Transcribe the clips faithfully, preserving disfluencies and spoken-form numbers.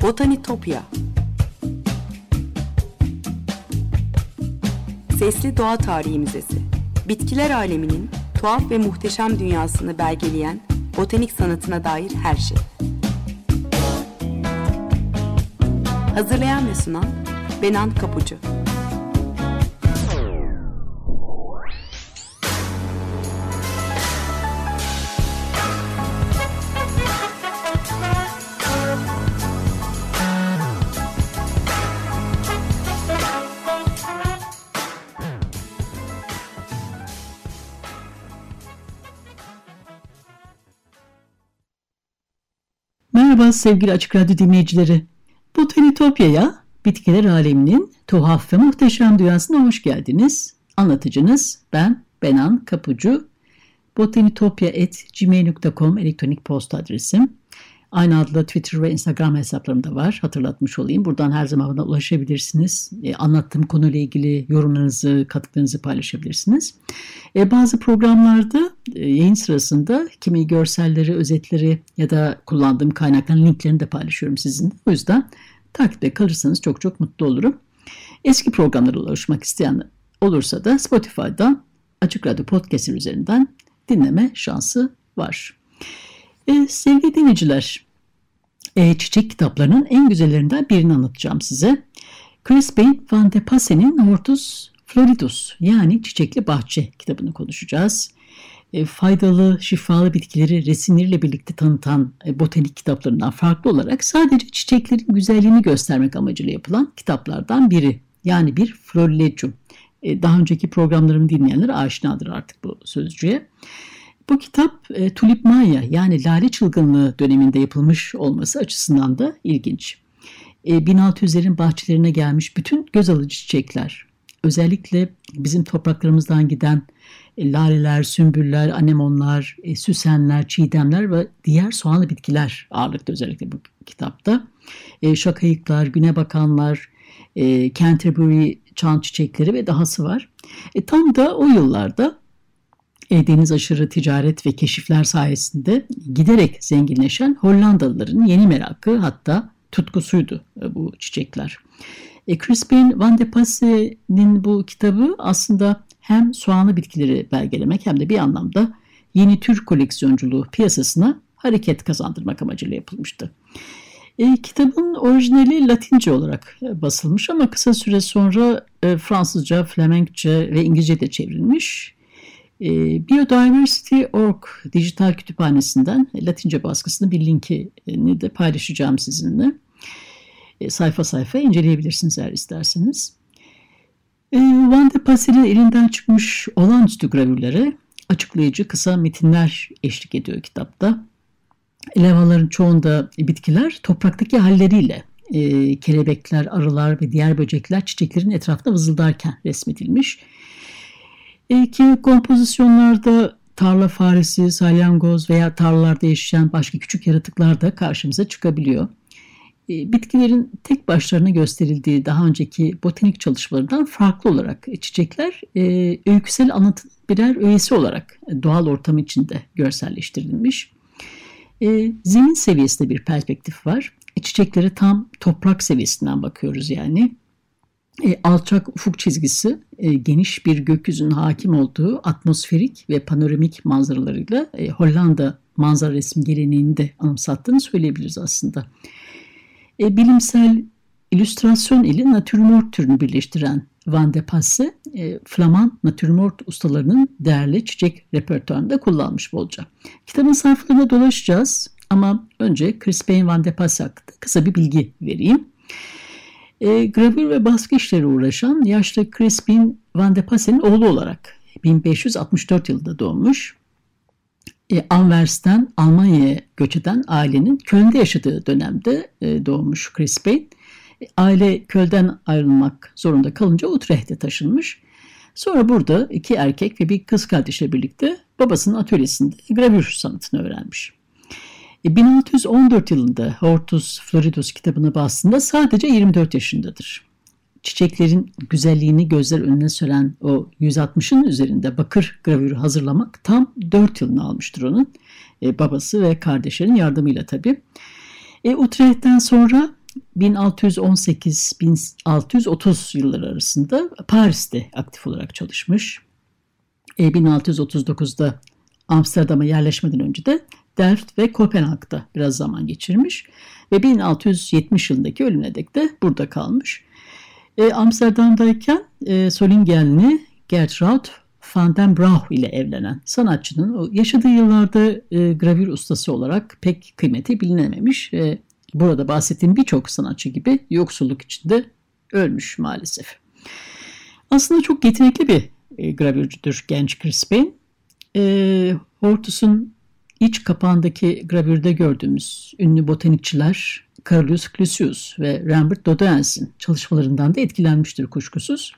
Botanitopya. Sesli Doğa Tarihi Müzesi. Bitkiler aleminin tuhaf ve muhteşem dünyasını belgeleyen botanik sanatına dair her şey. Hazırlayan ve sunan Benan Kapucu. Merhaba sevgili Açık Radyo dinleyicileri. Botanitopya'ya, bitkiler aleminin tuhaf ve muhteşem dünyasına hoş geldiniz. Anlatıcınız ben Benan Kapucu. botanitopya at gmail nokta com elektronik posta adresim. Aynı adlı Twitter ve Instagram hesaplarım da var. Hatırlatmış olayım. Buradan her zaman bana ulaşabilirsiniz. E, anlattığım konuyla ilgili yorumlarınızı, katkılarınızı paylaşabilirsiniz. E, bazı programlarda e, yayın sırasında kimi görselleri, özetleri ya da kullandığım kaynakların linklerini de paylaşıyorum sizinle. O yüzden takipte kalırsanız çok çok mutlu olurum. Eski programlara ulaşmak isteyen olursa da Spotify'dan Açık Radyo Podcast üzerinden dinleme şansı var. Ee, sevgili dinleyiciler, e, çiçek kitaplarının en güzellerinden birini anlatacağım size. Crispin van de Passe'nin Hortus Floridus yani Çiçekli Bahçe kitabını konuşacağız. E, faydalı, şifalı bitkileri resimleriyle birlikte tanıtan e, botanik kitaplarından farklı olarak sadece çiçeklerin güzelliğini göstermek amacıyla yapılan kitaplardan biri. Yani bir florilegium. E, daha önceki programlarımı dinleyenler aşinadır artık bu sözcüğe. Bu kitap e, Tulip Mania yani lale çılgınlığı döneminde yapılmış olması açısından da ilginç. E, bin altı yüzlerin bahçelerine gelmiş bütün göz alıcı çiçekler, özellikle bizim topraklarımızdan giden e, laleler, sümbüller, anemonlar, e, süsenler, çiğdemler ve diğer soğanlı bitkiler ağırlıkta özellikle bu kitapta. E, şakayıklar, güne bakanlar, e, Canterbury çan çiçekleri ve dahası var. E, tam da o yıllarda E, deniz aşırı ticaret ve keşifler sayesinde giderek zenginleşen Hollandalıların yeni merakı hatta tutkusuydu e, bu çiçekler. E, Crispin van de Passe'nin bu kitabı aslında hem soğanlı bitkileri belgelemek hem de bir anlamda yeni tür koleksiyonculuğu piyasasına hareket kazandırmak amacıyla yapılmıştı. E, kitabın orijinali Latince olarak e, basılmış ama kısa süre sonra e, Fransızca, Flemenkçe ve İngilizce de çevrilmiş. Biodiversity nokta org dijital kütüphanesinden Latince baskısının bir linkini de paylaşacağım sizinle. E, sayfa sayfa inceleyebilirsiniz eğer isterseniz. E, Van de Passe'nin elinden çıkmış olağanüstü gravürlere açıklayıcı kısa metinler eşlik ediyor kitapta. Levhaların çoğunda bitkiler topraktaki halleriyle e, kelebekler, arılar ve diğer böcekler çiçeklerin etrafında vızıldarken resmedilmiş. E, kimi kompozisyonlarda tarla faresi, salyangoz veya tarlalarda yaşayan başka küçük yaratıklar da karşımıza çıkabiliyor. E, bitkilerin tek başlarına gösterildiği daha önceki botanik çalışmalarından farklı olarak çiçekler e, öyküsel anlatı birer öğesi olarak doğal ortam içinde görselleştirilmiş. E, zemin seviyesinde bir perspektif var. E, çiçeklere tam toprak seviyesinden bakıyoruz yani. E, alçak ufuk çizgisi e, geniş bir gökyüzünün hakim olduğu atmosferik ve panoramik manzaralarıyla e, Hollanda manzara resmi geleneğini de anımsattığını söyleyebiliriz aslında. E, bilimsel illüstrasyon ile natürmort türünü birleştiren Van de Passe, e, Flaman natürmort ustalarının değerli çiçek repertuarında kullanmış bolca. Kitabın sayfalarına dolaşacağız ama önce Crispin van de Passe hakkında kısa bir bilgi vereyim. E, gravür ve baskı işleri uğraşan yaşlı Crispin van de Passe'nin oğlu olarak bin beş yüz altmış dört yılında doğmuş. E, Anvers'ten Almanya'ya göç eden ailenin Köln'de yaşadığı dönemde e, doğmuş Crispin. E, aile Köln'den ayrılmak zorunda kalınca Utrecht'e taşınmış. Sonra burada iki erkek ve bir kız kardeşle birlikte babasının atölyesinde gravür sanatını öğrenmiş. bin altı yüz on dört yılında Hortus Floridus kitabını bastığında sadece yirmi dört yaşındadır. Çiçeklerin güzelliğini gözler önüne süren o yüz altmışın üzerinde bakır gravürü hazırlamak tam dört yılını almıştır onun. E, babası ve kardeşlerin yardımıyla tabii. E, Utrecht'ten sonra bin altı yüz on sekiz bin altı yüz otuz yılları arasında Paris'te aktif olarak çalışmış. E, bin altı yüz otuz dokuzda Amsterdam'a yerleşmeden önce de Delft ve Kopenhag'da biraz zaman geçirmiş ve bin altı yüz yetmiş yılındaki ölümüne dek de burada kalmış. E, Amsterdam'dayken e, Solingenli Gertrude van den Brauch ile evlenen sanatçının yaşadığı yıllarda e, gravür ustası olarak pek kıymeti bilinememiş ve burada bahsettiğim birçok sanatçı gibi yoksulluk içinde ölmüş maalesef. Aslında çok yetenekli bir e, gravürcüdür genç Crispin. E, Hortus'un iç kapağındaki gravürde gördüğümüz ünlü botanikçiler Carolus Clusius ve Rembert Dodoens'in çalışmalarından da etkilenmiştir kuşkusuz.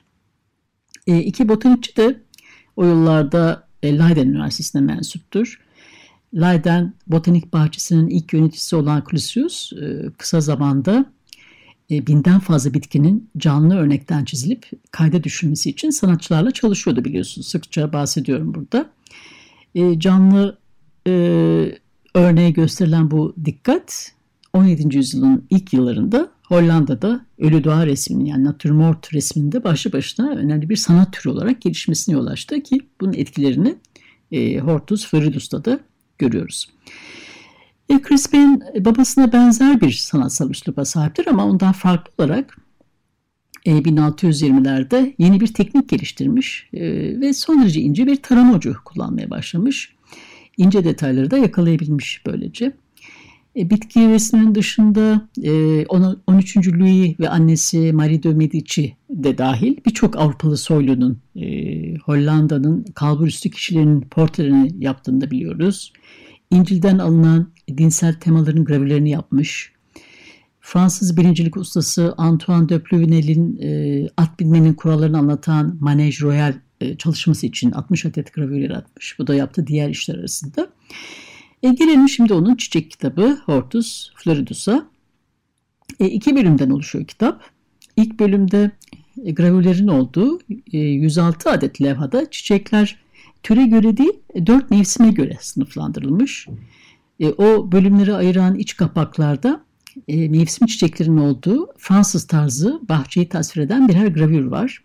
E, iki botanikçi de o yıllarda e, Leiden Üniversitesi'ne mensuptur. Leiden Botanik Bahçesi'nin ilk yöneticisi olan Clusius e, kısa zamanda e, binden fazla bitkinin canlı örnekten çizilip kayda düşürmesi için sanatçılarla çalışıyordu biliyorsunuz. Sıkça bahsediyorum burada. E, canlı e, örneğe gösterilen bu dikkat on yedinci yüzyılın ilk yıllarında Hollanda'da ölü doğa resminin yani natürmort resminde başlı başına önemli bir sanat türü olarak gelişmesine yol açtı ki bunun etkilerini e, Hortus Floridus'ta da görüyoruz. E, Crispin babasına benzer bir sanatsal üsluba sahiptir ama ondan farklı olarak e, bin altı yüz yirmilerde yeni bir teknik geliştirmiş e, ve son derece ince bir tarama ucu kullanmaya başlamış. İnce detayları da yakalayabilmiş böylece. E, bitki resminin dışında e, on üçüncü Louis ve annesi Marie de Medici de dahil birçok Avrupalı soylunun e, Hollanda'nın kalburüstü kişilerinin portrelerini yaptığını da biliyoruz. İncil'den alınan dinsel temaların gravürlerini yapmış. Fransız birincilik ustası Antoine de Pluvinel'in e, at binmenin kurallarını anlatan Manège Royal e, çalışması için altmış adet gravür yaratmış. Bu da yaptığı diğer işler arasında. E, gelelim şimdi onun çiçek kitabı Hortus Floridus'a. E, iki bölümden oluşuyor kitap. İlk bölümde e, gravürlerin olduğu e, yüz altı adet levhada çiçekler türe göre değil dört mevsime göre sınıflandırılmış. E, o bölümleri ayıran iç kapaklarda e, mevsim çiçeklerinin olduğu Fransız tarzı bahçeyi tasvir eden birer gravür var.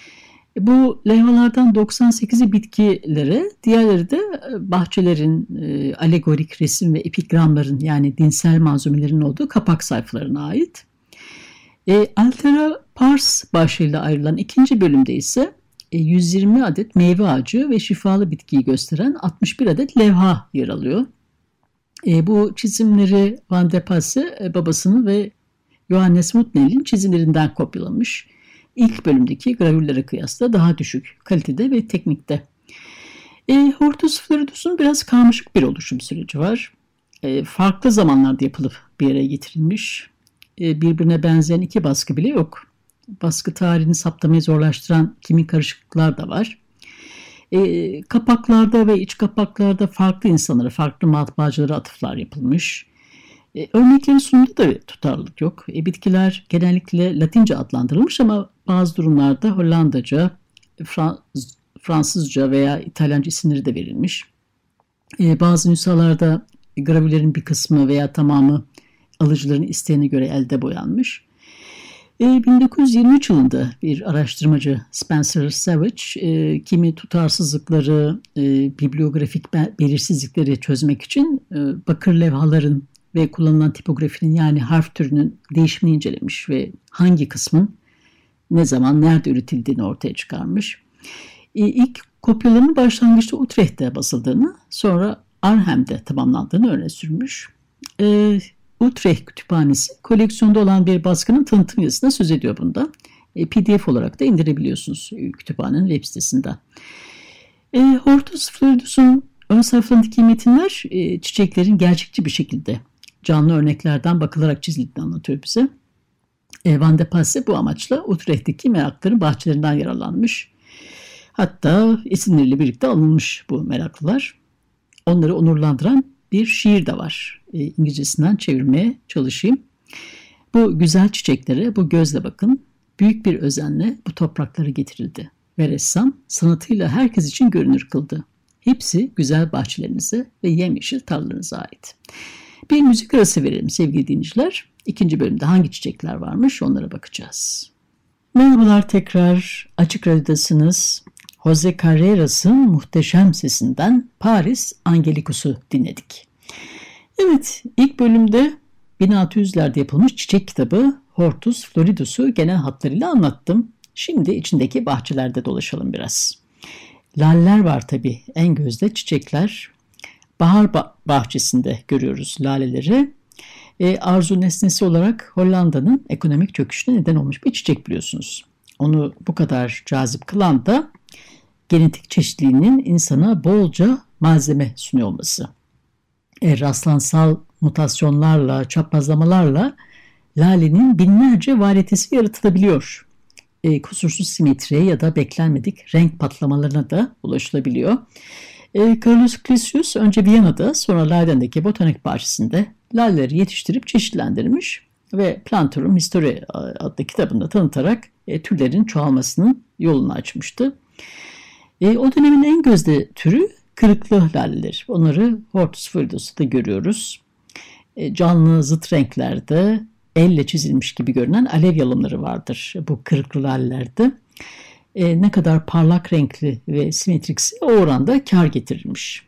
Bu levhalardan doksan sekizi bitkilere, diğerleri de bahçelerin, e, alegorik resim ve epigramların yani dinsel malzumelerin olduğu kapak sayfalarına ait. E, Altera Pars başlığıyla ayrılan ikinci bölümde ise e, yüz yirmi adet meyve ağacı ve şifalı bitkiyi gösteren altmış bir adet levha yer alıyor. E, bu çizimleri Van de Passe e, babasının ve Johannes Mutnel'in çizimlerinden kopyalamış. İlk bölümdeki gravürlere kıyasla daha düşük kalitede ve teknikte. E, Hortus Floridus'un biraz karmaşık bir oluşum süreci var. E, farklı zamanlarda yapılıp bir yere getirilmiş. E, birbirine benzeyen iki baskı bile yok. Baskı tarihini saptamayı zorlaştıran kimi karışıklıklar da var. E, kapaklarda ve iç kapaklarda farklı insanlara, farklı matbaacılara atıflar yapılmış. E, örneklerin sunumunda da tutarlılık yok. E, bitkiler genellikle Latince adlandırılmış ama bazı durumlarda Hollandaca, Frans- Fransızca veya İtalyanca isimleri de verilmiş. E, bazı nüshalarda gravürlerin bir kısmı veya tamamı alıcıların isteğine göre elde boyanmış. E, bin dokuz yüz yirmi üç yılında bir araştırmacı Spencer Savage e, kimi tutarsızlıkları, e, bibliografik belirsizlikleri çözmek için e, bakır levhaların ve kullanılan tipografinin yani harf türünün değişimini incelemiş ve hangi kısmın ne zaman, nerede üretildiğini ortaya çıkarmış. E, ilk kopyalarının başlangıçta Utrecht'te basıldığını, sonra Arnhem'de tamamlandığını öne sürmüş. E, Utrecht Kütüphanesi koleksiyonda olan bir baskının tanıtım yazısına söz ediyor bunda. E, P D F olarak da indirebiliyorsunuz kütüphanenin web sitesinden. E, Hortus Floridus'un ön sayfalarındaki metinler e, çiçeklerin gerçekçi bir şekilde canlı örneklerden bakılarak çizildiğini anlatıyor bize. E, Van de Passe bu amaçla Utrecht'teki merakların bahçelerinden yararlanmış. Hatta isimleriyle birlikte alınmış bu meraklılar. Onları onurlandıran bir şiir de var. E, İngilizcesinden çevirmeye çalışayım. Bu güzel çiçeklere bu gözle bakın. Büyük bir özenle bu topraklara getirildi. Ve ressam sanatıyla herkes için görünür kıldı. Hepsi güzel bahçelerinize ve yemyeşil tarlalarınıza ait. Bir müzik arası verelim sevgili dinleyiciler. İkinci bölümde hangi çiçekler varmış onlara bakacağız. Merhabalar tekrar. Açık Radyo'dasınız. Jose Carreras'ın muhteşem sesinden Paris Angelicus'u dinledik. Evet, ilk bölümde bin altı yüzlerde yapılmış çiçek kitabı Hortus Floridus'u genel hatlarıyla anlattım. Şimdi içindeki bahçelerde dolaşalım biraz. Laller var tabii, en gözde çiçekler. Bahar ba- bahçesinde görüyoruz laleleri. E, arzu nesnesi olarak Hollanda'nın ekonomik çöküşüne neden olmuş bir çiçek biliyorsunuz. Onu bu kadar cazip kılan da genetik çeşitliliğinin insana bolca malzeme sunuyor olması. E, rastlansal mutasyonlarla, çaprazlamalarla lalenin binlerce varyetesi yaratılabiliyor. E, kusursuz simetriye ya da beklenmedik renk patlamalarına da ulaşılabiliyor. E, Carolus Clusius önce Viyana'da sonra Leiden'deki botanik bahçesinde laleleri yetiştirip çeşitlendirmiş ve Plantarum Historiae adlı kitabında tanıtarak e, türlerin çoğalmasının yolunu açmıştı. E, o dönemin en gözde türü kırıklı laleler. Onları Hortus Floridus'ta görüyoruz. E, canlı zıt renklerde elle çizilmiş gibi görünen alev yalımları vardır bu kırıklı lalelerde. E, ne kadar parlak renkli ve simetriksi o oranda kar getirilmiş.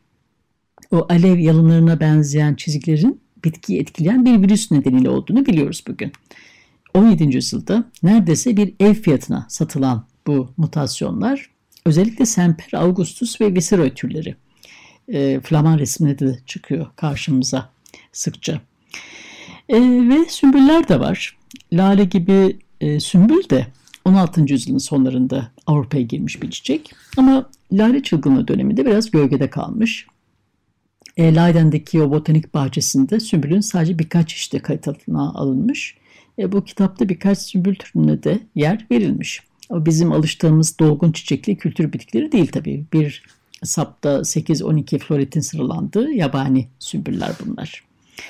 O alev yalımlarına benzeyen çizgilerin bitkiyi etkileyen bir virüs nedeniyle olduğunu biliyoruz bugün. on yedinci yüzyılda neredeyse bir ev fiyatına satılan bu mutasyonlar özellikle Semper Augustus ve Viceroy türleri e, Flaman resimleri de çıkıyor karşımıza sıkça. E, ve sümbüller de var. Lale gibi e, sümbül de on altıncı yüzyılın sonlarında Avrupa'ya girmiş bir çiçek. Ama lale çılgınlığı döneminde biraz gölgede kalmış. E, Leiden'deki o botanik bahçesinde sümbülün sadece birkaç çeşidi kayıt altına alınmış. E, bu kitapta birkaç sümbül türüne de yer verilmiş. O bizim alıştığımız dolgun çiçekli kültür bitkileri değil tabii. Bir sapta sekiz on iki floretin sıralandığı yabani sümbüller bunlar.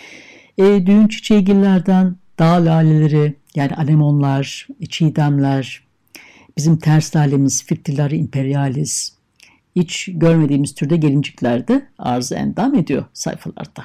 E, düğün çiçeğigillerden dağ laleleri yani anemonlar, çiğdemler, bizim ters lalemiz Fritillaria imperialis, hiç görmediğimiz türde gelincikler de arz endam ediyor sayfalarda.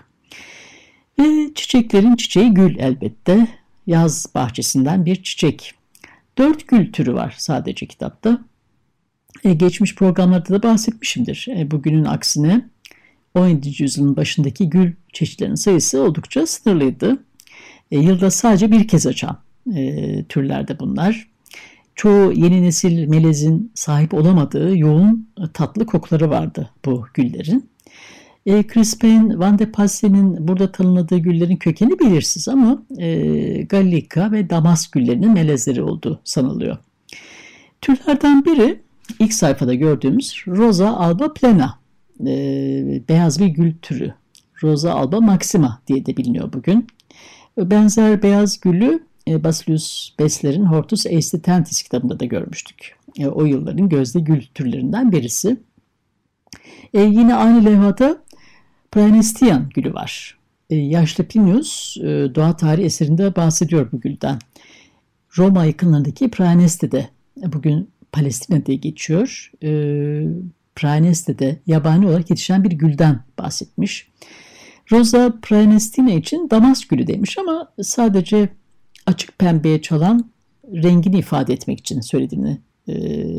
Ve çiçeklerin çiçeği gül elbette. Yaz bahçesinden bir çiçek. Dört gül türü var sadece kitapta. E, geçmiş programlarda da bahsetmişimdir. E, bugünün aksine on yedinci yüzyılın başındaki gül çeşitlerinin sayısı oldukça sınırlıydı. E, yılda sadece bir kez açan e, türlerde bunlar. Çoğu yeni nesil melezin sahip olamadığı yoğun tatlı kokuları vardı bu güllerin. E, Crispin Van de Passe'nin burada tanımladığı güllerin kökeni belirsiz ama e, Gallica ve Damask güllerinin melezleri olduğu sanılıyor. Türlerden biri ilk sayfada gördüğümüz Rosa alba plena, e, beyaz bir gül türü. Rosa alba maxima diye de biliniyor bugün. Benzer beyaz gülü e, Basilius Besler'in Hortus Aesthetensis kitabında da görmüştük. E, o yılların gözde gül türlerinden birisi. E, yine aynı levhada Praenestian gülü var. E, yaşlı Plinius e, doğa tarihi eserinde bahsediyor bu gülden. Roma yakınlarındaki Praeneste'de, bugün Palestina diye geçiyor. E, Praeneste'de yabani olarak yetişen bir gülden bahsetmiş. Rosa Praenestina için Damask gülü demiş ama sadece açık pembeye çalan rengini ifade etmek için söylediğini e,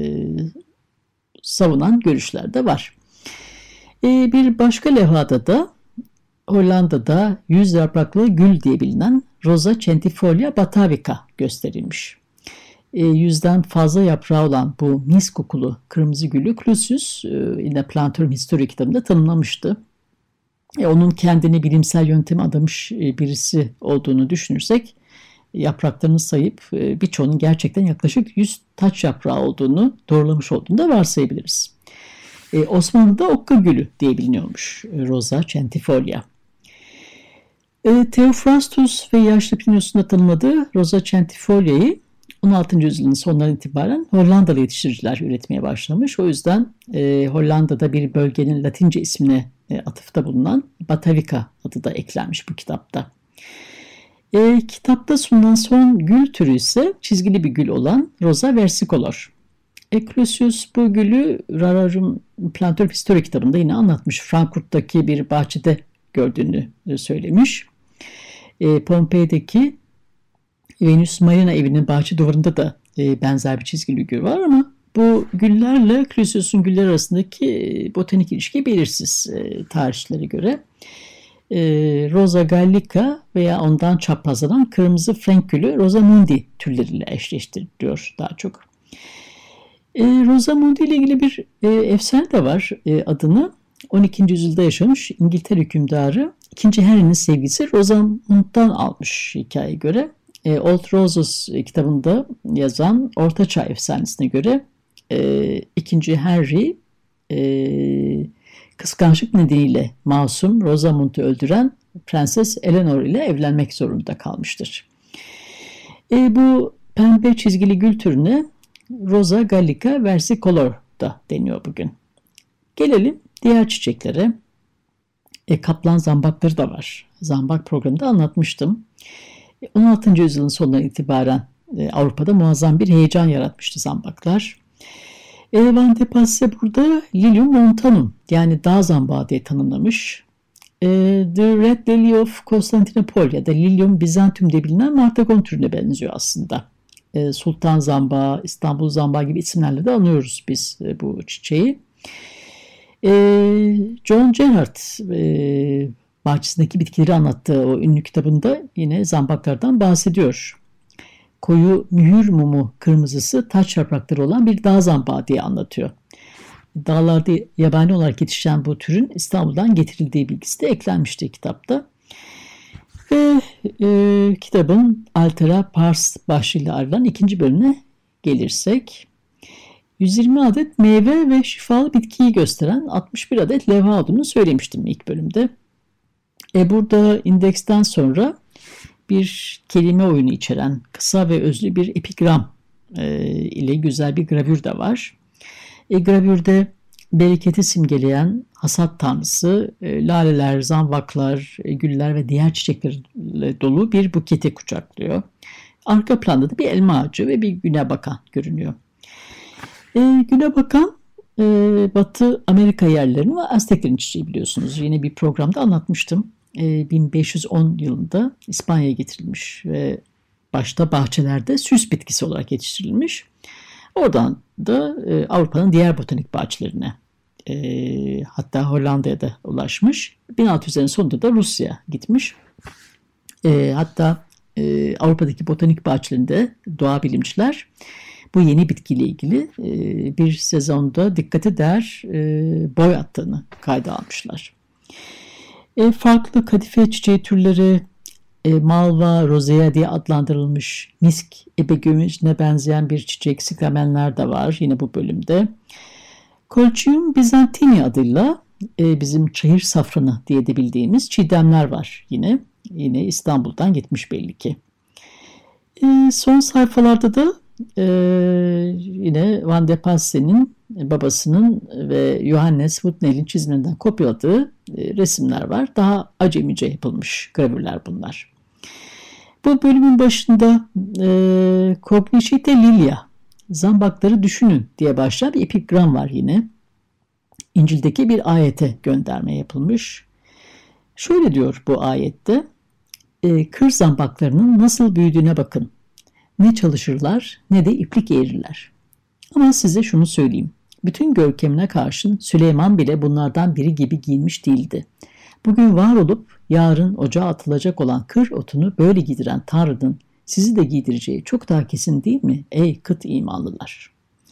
savunan görüşler de var. E, bir başka levhada da Hollanda'da yüz yapraklı gül diye bilinen Rosa centifolia batavica gösterilmiş. E, yüzden fazla yaprağı olan bu mis kokulu kırmızı gülü Clusius e, yine Plantarum Historiae kitabında tanımlamıştı. E, onun kendini bilimsel yönteme adamış e, birisi olduğunu düşünürsek yapraklarını sayıp e, birçoğunun gerçekten yaklaşık yüz taç yaprağı olduğunu doğrulamış olduğunu da varsayabiliriz. E, Osmanlı'da okka gülü diye biliniyormuş e, Rosa centifolia. E, Theophrastus ve yaşlı Plinius'un da tanımladığı Rosa centifolia'yı on altıncı yüzyılın sonlarından itibaren Hollandalı yetiştiriciler üretmeye başlamış. O yüzden e, Hollanda'da bir bölgenin Latince ismine e, atıfta bulunan Batavica adı da eklenmiş bu kitapta. E, kitapta sunulan son gül türü ise çizgili bir gül olan Rosa versicolor. E, Clusius bu gülü Rararum Plantarum Historiae kitabında yine anlatmış. Frankfurt'taki bir bahçede gördüğünü söylemiş. E, Pompei'deki Venüs Marina evinin bahçe duvarında da e, benzer bir çizgili gül var ama bu güllerle Chrysios'un güller arasındaki e, botanik ilişki belirsiz e, tarihçilere göre. E, Rosa gallica veya ondan çaprazlanan kırmızı Frank gülü Rosamundi türleriyle eşleştiriliyor daha çok. E, Rosamundi ile ilgili bir e, efsane de var. E, adını on ikinci yüzyılda yaşamış İngiltere hükümdarı ikinci. Henry'nin sevgilisi Rosamund'dan almış hikayeye göre. E, Old Roses kitabında yazan Ortaçağ efsanesine göre e, ikinci. Henry e, kıskançlık nedeniyle masum Rosamund'u öldüren Prenses Eleanor ile evlenmek zorunda kalmıştır. E, bu pembe çizgili gül türüne Rosa gallica versicolor da deniyor bugün. Gelelim diğer çiçeklere. E, kaplan zambakları da var. Zambak programında anlatmıştım. on altıncı yüzyılın sonundan itibaren e, Avrupa'da muazzam bir heyecan yaratmıştı zambaklar. E, Van de Passe burada Lilium montanum yani dağ zambağı diye tanımlamış. E, The Red Lily of Constantinople ya da Lilium Byzantium diye bilinen martagon türüne benziyor aslında. E, Sultan zambağı, İstanbul zambağı gibi isimlerle de anıyoruz biz e, bu çiçeği. E, John Gerhard e, bahçesindeki bitkileri anlattığı o ünlü kitabında yine zambaklardan bahsediyor. Koyu mühür mumu kırmızısı taç yaprakları olan bir dağ zambağı diye anlatıyor. Dağlarda yabani olarak yetişen bu türün İstanbul'dan getirildiği bilgisi de eklenmişti kitapta. Ve e, kitabın Altera Pars başlığıyla ayrılan ikinci bölümüne gelirsek, yüz yirmi adet meyve ve şifalı bitkiyi gösteren altmış bir adet levha olduğunu söylemiştim ilk bölümde. E burada indeksten sonra bir kelime oyunu içeren kısa ve özlü bir epigram e, ile güzel bir gravür de var. E, gravürde bereketi simgeleyen hasat tanrısı, e, laleler, zambaklar, e, güller ve diğer çiçeklerle dolu bir buketi kucaklıyor. Arka planda da bir elma ağacı ve bir güne bakan görünüyor. E, güne bakan e, Batı Amerika yerlerini ve Azteklerin çiçeği biliyorsunuz. Yine bir programda anlatmıştım. E, bin beş yüz on yılında İspanya'ya getirilmiş ve başta bahçelerde süs bitkisi olarak yetiştirilmiş. Oradan da e, Avrupa'nın diğer botanik bahçelerine e, hatta Hollanda'ya da ulaşmış. bin altı yüzlerin sonunda da Rusya'ya gitmiş. E, hatta e, Avrupa'daki botanik bahçelerinde doğa bilimciler bu yeni bitkiyle ilgili e, bir sezonda dikkate değer e, boy attığını kayda almışlar. E, farklı kadife çiçeği türleri, e, malva, rozea diye adlandırılmış misk ebegümüzüne benzeyen bir çiçek siklamenler de var yine bu bölümde. Colchium byzantini adıyla e, bizim çayır safranı diye de bildiğimiz çiğdemler var yine. Yine İstanbul'dan gitmiş belli ki. E, son sayfalarda da e, yine Van de Passe'nin babasının ve Johannes Woodnell'in çiziminden kopyaladığı e, resimler var. Daha acemice yapılmış gravürler bunlar. Bu bölümün başında e, Cognoscite Lilia, zambakları düşünün diye başlayan bir epigram var yine. İncil'deki bir ayete gönderme yapılmış. Şöyle diyor bu ayette, e, kır zambaklarının nasıl büyüdüğüne bakın. Ne çalışırlar ne de iplik eğirirler. Ama size şunu söyleyeyim. Bütün görkemine karşın Süleyman bile bunlardan biri gibi giyinmiş değildi. Bugün var olup yarın ocağa atılacak olan kır otunu böyle giydiren Tanrı'nın sizi de giydireceği çok daha kesin değil mi ey kıt imanlılar?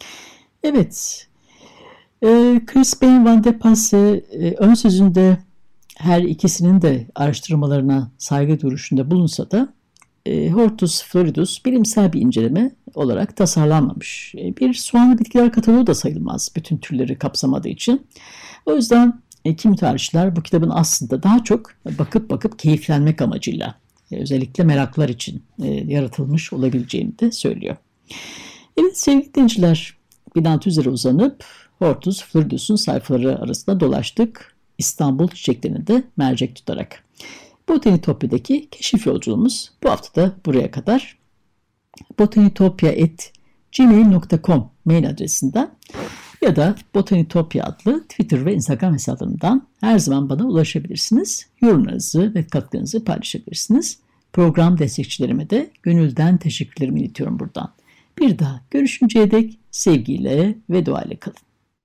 Evet, e, Crispin Van de Passe e, ön sözünde her ikisinin de araştırmalarına saygı duruşunda bulunsa da e, Hortus floridus bilimsel bir inceleme olarak tasarlanmamış. E, bir soğanlı bitkiler kataloğu da sayılmaz bütün türleri kapsamadığı için. O yüzden e, kimi tarihçiler bu kitabın aslında daha çok bakıp bakıp keyiflenmek amacıyla e, özellikle meraklar için e, yaratılmış olabileceğini de söylüyor. Evet sevgili dinleyiciler, bin altı yüzlere uzanıp Hortus floridus'un sayfaları arasında dolaştık. İstanbul çiçeklerini de mercek tutarak. Botanitopya'daki keşif yolculuğumuz bu hafta da buraya kadar. botanitopya at gmail nokta com mail adresinden ya da Botanitopya adlı Twitter ve Instagram hesaplarımdan her zaman bana ulaşabilirsiniz. Yorumlarınızı ve katkılarınızı paylaşabilirsiniz. Program destekçilerime de gönülden teşekkürlerimi iletiyorum buradan. Bir daha görüşünceye dek sevgiyle ve duayla kalın.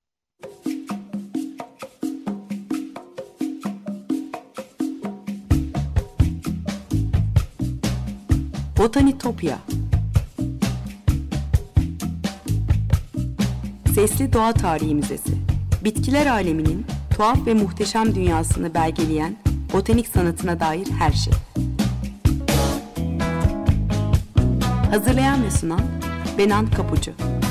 Botanitopya. Sesli Doğa Tarihi Müzesi. Bitkiler aleminin tuhaf ve muhteşem dünyasını belgeleyen botanik sanatına dair her şey. Hazırlayan ve sunan Benan Kapucu.